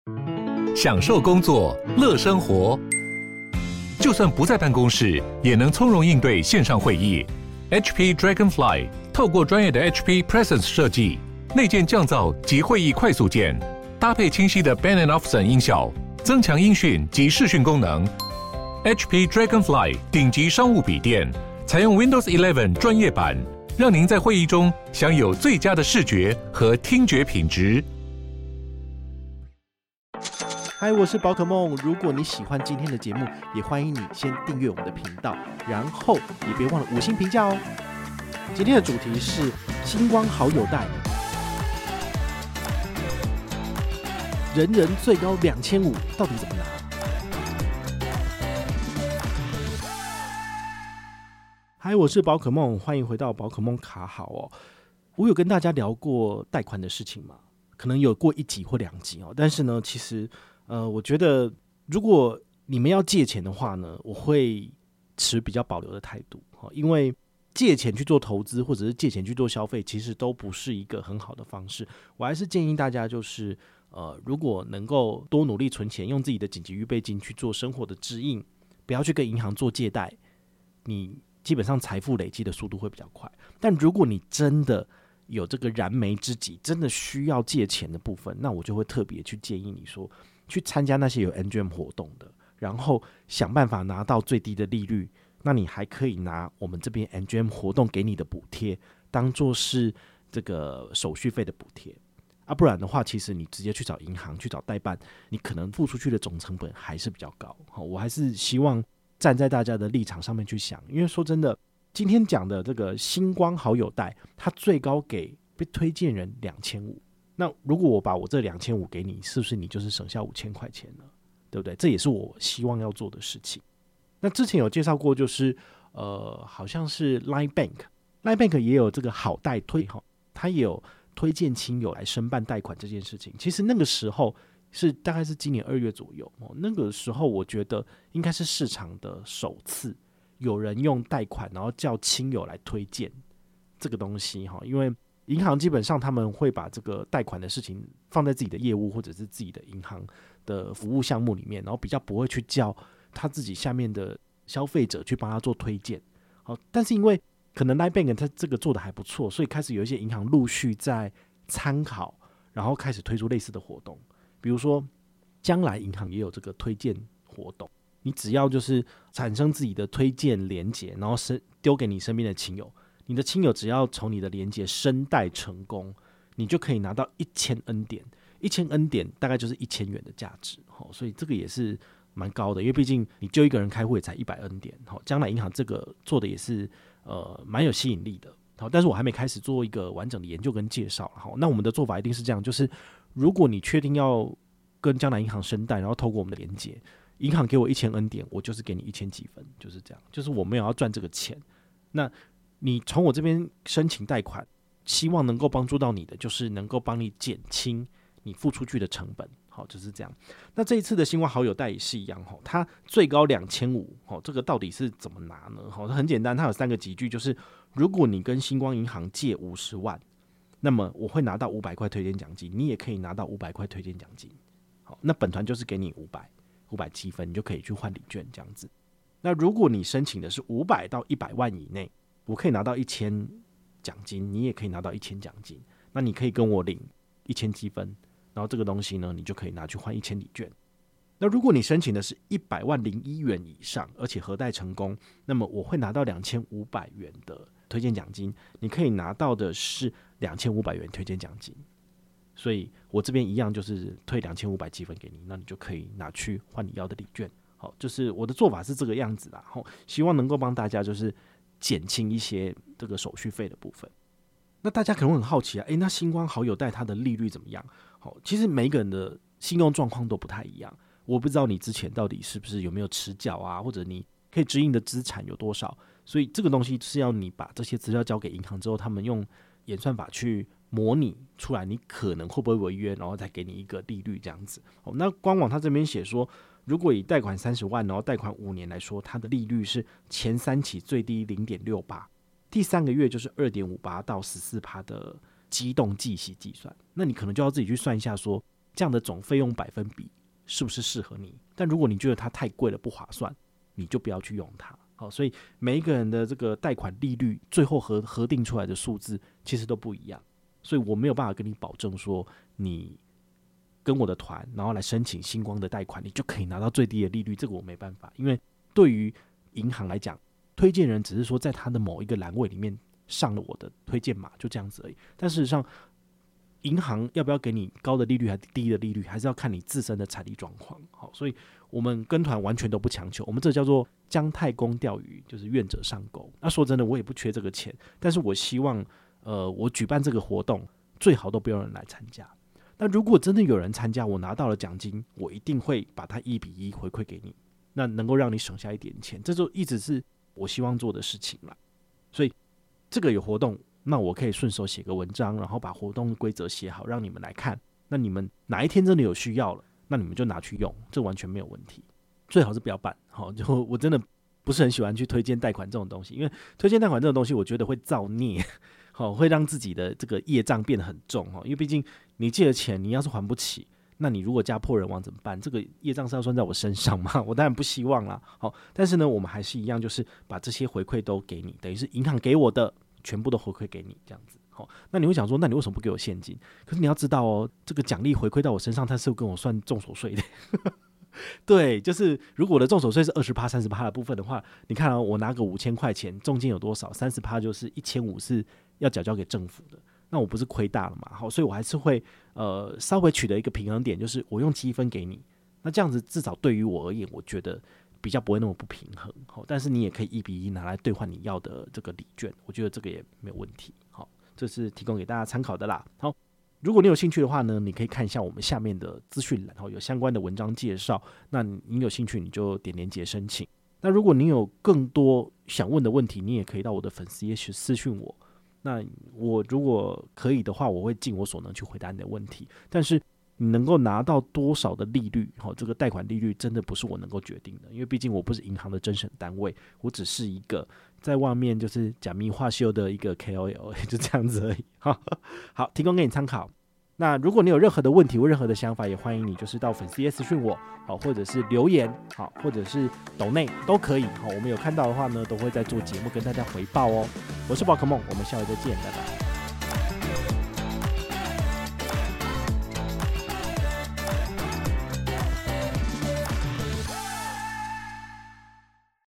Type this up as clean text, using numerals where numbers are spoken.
享受工作，乐生活。就算不在办公室，也能从容应对线上会议。HP Dragonfly 透过专业的 HP Presence 设计，内建降噪及会议快速键，搭配清晰的 Bang & Olufsen 音效，增强音讯及视讯功能。HP Dragonfly 顶级商务笔电，采用 Windows 11专业版，让您在会议中享有最佳的视觉和听觉品质。 嗨，我是宝可梦。如果你喜欢今天的节目，也欢迎你先订阅我们的频道，然后也别忘了5星评价哦。今天的主题是星光好友贷，人人最高2500，到底怎么拿？嗨，我是宝可梦，欢迎回到宝可梦卡好哦。我有跟大家聊过贷款的事情嘛？可能有过1集或2集哦，但是呢，其实我觉得如果你们要借钱的话呢，我会持比较保留的态度，因为借钱去做投资或者是借钱去做消费，其实都不是一个很好的方式。我还是建议大家就是如果能够多努力存钱，用自己的紧急预备金去做生活的支应，不要去跟银行做借贷，你基本上财富累积的速度会比较快。但如果你真的有这个燃眉之急，真的需要借钱的部分，那我就会特别去建议你说，去参加那些有 NGM 活动的，然后想办法拿到最低的利率，那你还可以拿我们这边 NGM 活动给你的补贴，当作是这个手续费的补贴啊，不然的话，其实你直接去找银行去找代办，你可能付出去的总成本还是比较高。我还是希望站在大家的立场上面去想，因为说真的，今天讲的这个星光好友贷，它最高给被推荐人2500。那如果我把我这2500给你，是不是你就是省下5000块钱了？对不对？这也是我希望要做的事情。那之前有介绍过，就是好像是 Line Bank 也有这个好贷推，它也有推荐亲友来申办贷款这件事情。其实那个时候大概是今年2月左右，那个时候我觉得应该是市场的首次有人用贷款，然后叫亲友来推荐这个东西，因为银行基本上他们会把这个贷款的事情放在自己的业务或者是自己的银行的服务项目里面，然后比较不会去叫他自己下面的消费者去帮他做推荐。但是因为可能 Line Bank 他这个做的还不错，所以开始有一些银行陆续在参考，然后开始推出类似的活动。比如说将来银行也有这个推荐活动，你只要就是产生自己的推荐连结，然后丢给你身边的亲友，你的亲友只要从你的连结申贷成功，你就可以拿到1000N点，1000N点大概就是1000元的价值，所以这个也是蛮高的，因为毕竟你就一个人开户也才100N点，将来银行这个做的也是蛮有吸引力的。但是我还没开始做一个完整的研究跟介绍，那我们的做法一定是这样，就是如果你确定要跟江南银行申贷，然后透过我们的连结，银行给我1000N点，我就是给你1000几分，就是这样，就是我没有要赚这个钱。那你从我这边申请贷款，希望能够帮助到你的，就是能够帮你减轻你付出去的成本，就是这样。那这一次的星光好友贷也是一样，它最高2500，这个到底是怎么拿呢？它很简单，它有3个集聚，就是如果你跟星光银行借50万，那么我会拿到500块推荐奖金，你也可以拿到500块推荐奖金。那本团就是给你500积分，你就可以去换礼券这样子。那如果你申请的是500到100万以内，我可以拿到1000奖金，你也可以拿到1000奖金。那你可以跟我领1000积分，然后这个东西呢，你就可以拿去换1000礼券。那如果你申请的是100万01元以上，而且核贷成功，那么我会拿到2500元的推荐奖金，你可以拿到的是2500元推荐奖金。所以我这边一样就是退2500积分给你，那你就可以拿去换你要的礼券。好，就是我的做法是这个样子啦，希望能够帮大家就是减轻一些这个手续费的部分。那大家可能会很好奇啊，那星光好友贷它的利率怎么样？其实每一个人的信用状况都不太一样，我不知道你之前到底是不是有没有持缴啊，或者你可以支应的资产有多少，所以这个东西是要你把这些资料交给银行之后，他们用演算法去模拟出来你可能会不会违约，然后再给你一个利率这样子。那官网它这边写说，如果以贷款30万，然后贷款5年来说，它的利率是前3期最低 0.68%， 第3个月就是 2.58% 到 14% 的机动计息计算。那你可能就要自己去算一下说， 这样的总费用百分比是不是适合你。但如果你觉得它太贵了不划算，你就不要去用它。好，所以每一个人的这个贷款利率最后核定出来的数字其实都不一样，所以我没有办法跟你保证说你跟我的团然后来申请星光的贷款，你就可以拿到最低的利率，这个我没办法。因为对于银行来讲，推荐人只是说在他的某一个栏位里面上了我的推荐码，就这样子而已。但事实上银行要不要给你高的利率还是低的利率，还是要看你自身的财力状况。好，所以我们跟团完全都不强求，我们这叫做姜太公钓鱼，就是愿者上钩。那说真的，我也不缺这个钱，但是我希望我举办这个活动最好都不要有人来参加。那如果真的有人参加，我拿到了奖金，我一定会把它1:1回馈给你，那能够让你省下一点钱，这就一直是我希望做的事情啦。所以这个有活动，那我可以顺手写个文章，然后把活动规则写好让你们来看，那你们哪一天真的有需要了，那你们就拿去用，这完全没有问题。最好是不要办。好，就我真的不是很喜欢去推荐贷款这种东西，因为推荐贷款这种东西我觉得会造孽，会让自己的这个业障变得很重。因为毕竟你借了钱，你要是还不起，那你如果家破人亡怎么办？这个业障是要算在我身上吗？我当然不希望啦。好，但是呢，我们还是一样，就是把这些回馈都给你，等于是银行给我的全部都回馈给你，这样子。好，那你会想说，那你为什么不给我现金？可是你要知道哦，这个奖励回馈到我身上，它是跟我算重手税的。对，就是如果我的重手税是20%、30%的部分的话，你看我拿个5000块钱，中间有多少？30%就是1500是要缴交给政府的。那我不是亏大了嘛？好，所以我还是会稍微取得一个平衡点，就是我用积分给你，那这样子至少对于我而言，我觉得比较不会那么不平衡。好，但是你也可以1:1拿来兑换你要的这个礼券，我觉得这个也没有问题。好，这是提供给大家参考的啦。好，如果你有兴趣的话呢，你可以看一下我们下面的资讯栏，有相关的文章介绍。那你有兴趣你就点连结申请。那如果你有更多想问的问题，你也可以到我的粉丝页去私讯我。那我如果可以的话，我会尽我所能去回答你的问题。但是你能够拿到多少的利率，这个贷款利率真的不是我能够决定的，因为毕竟我不是银行的甄审单位，我只是一个在外面就是假迷化秀的一个 KOL， 就这样子而已。好，提供给你参考。那如果你有任何的问题或任何的想法，也欢迎你就是到粉丝页私讯我，好，或者是留言，好，或者是抖内都可以。好，我们有看到的话呢，都会在做节目跟大家回报哦。我是宝可梦，我们下回再见，拜拜。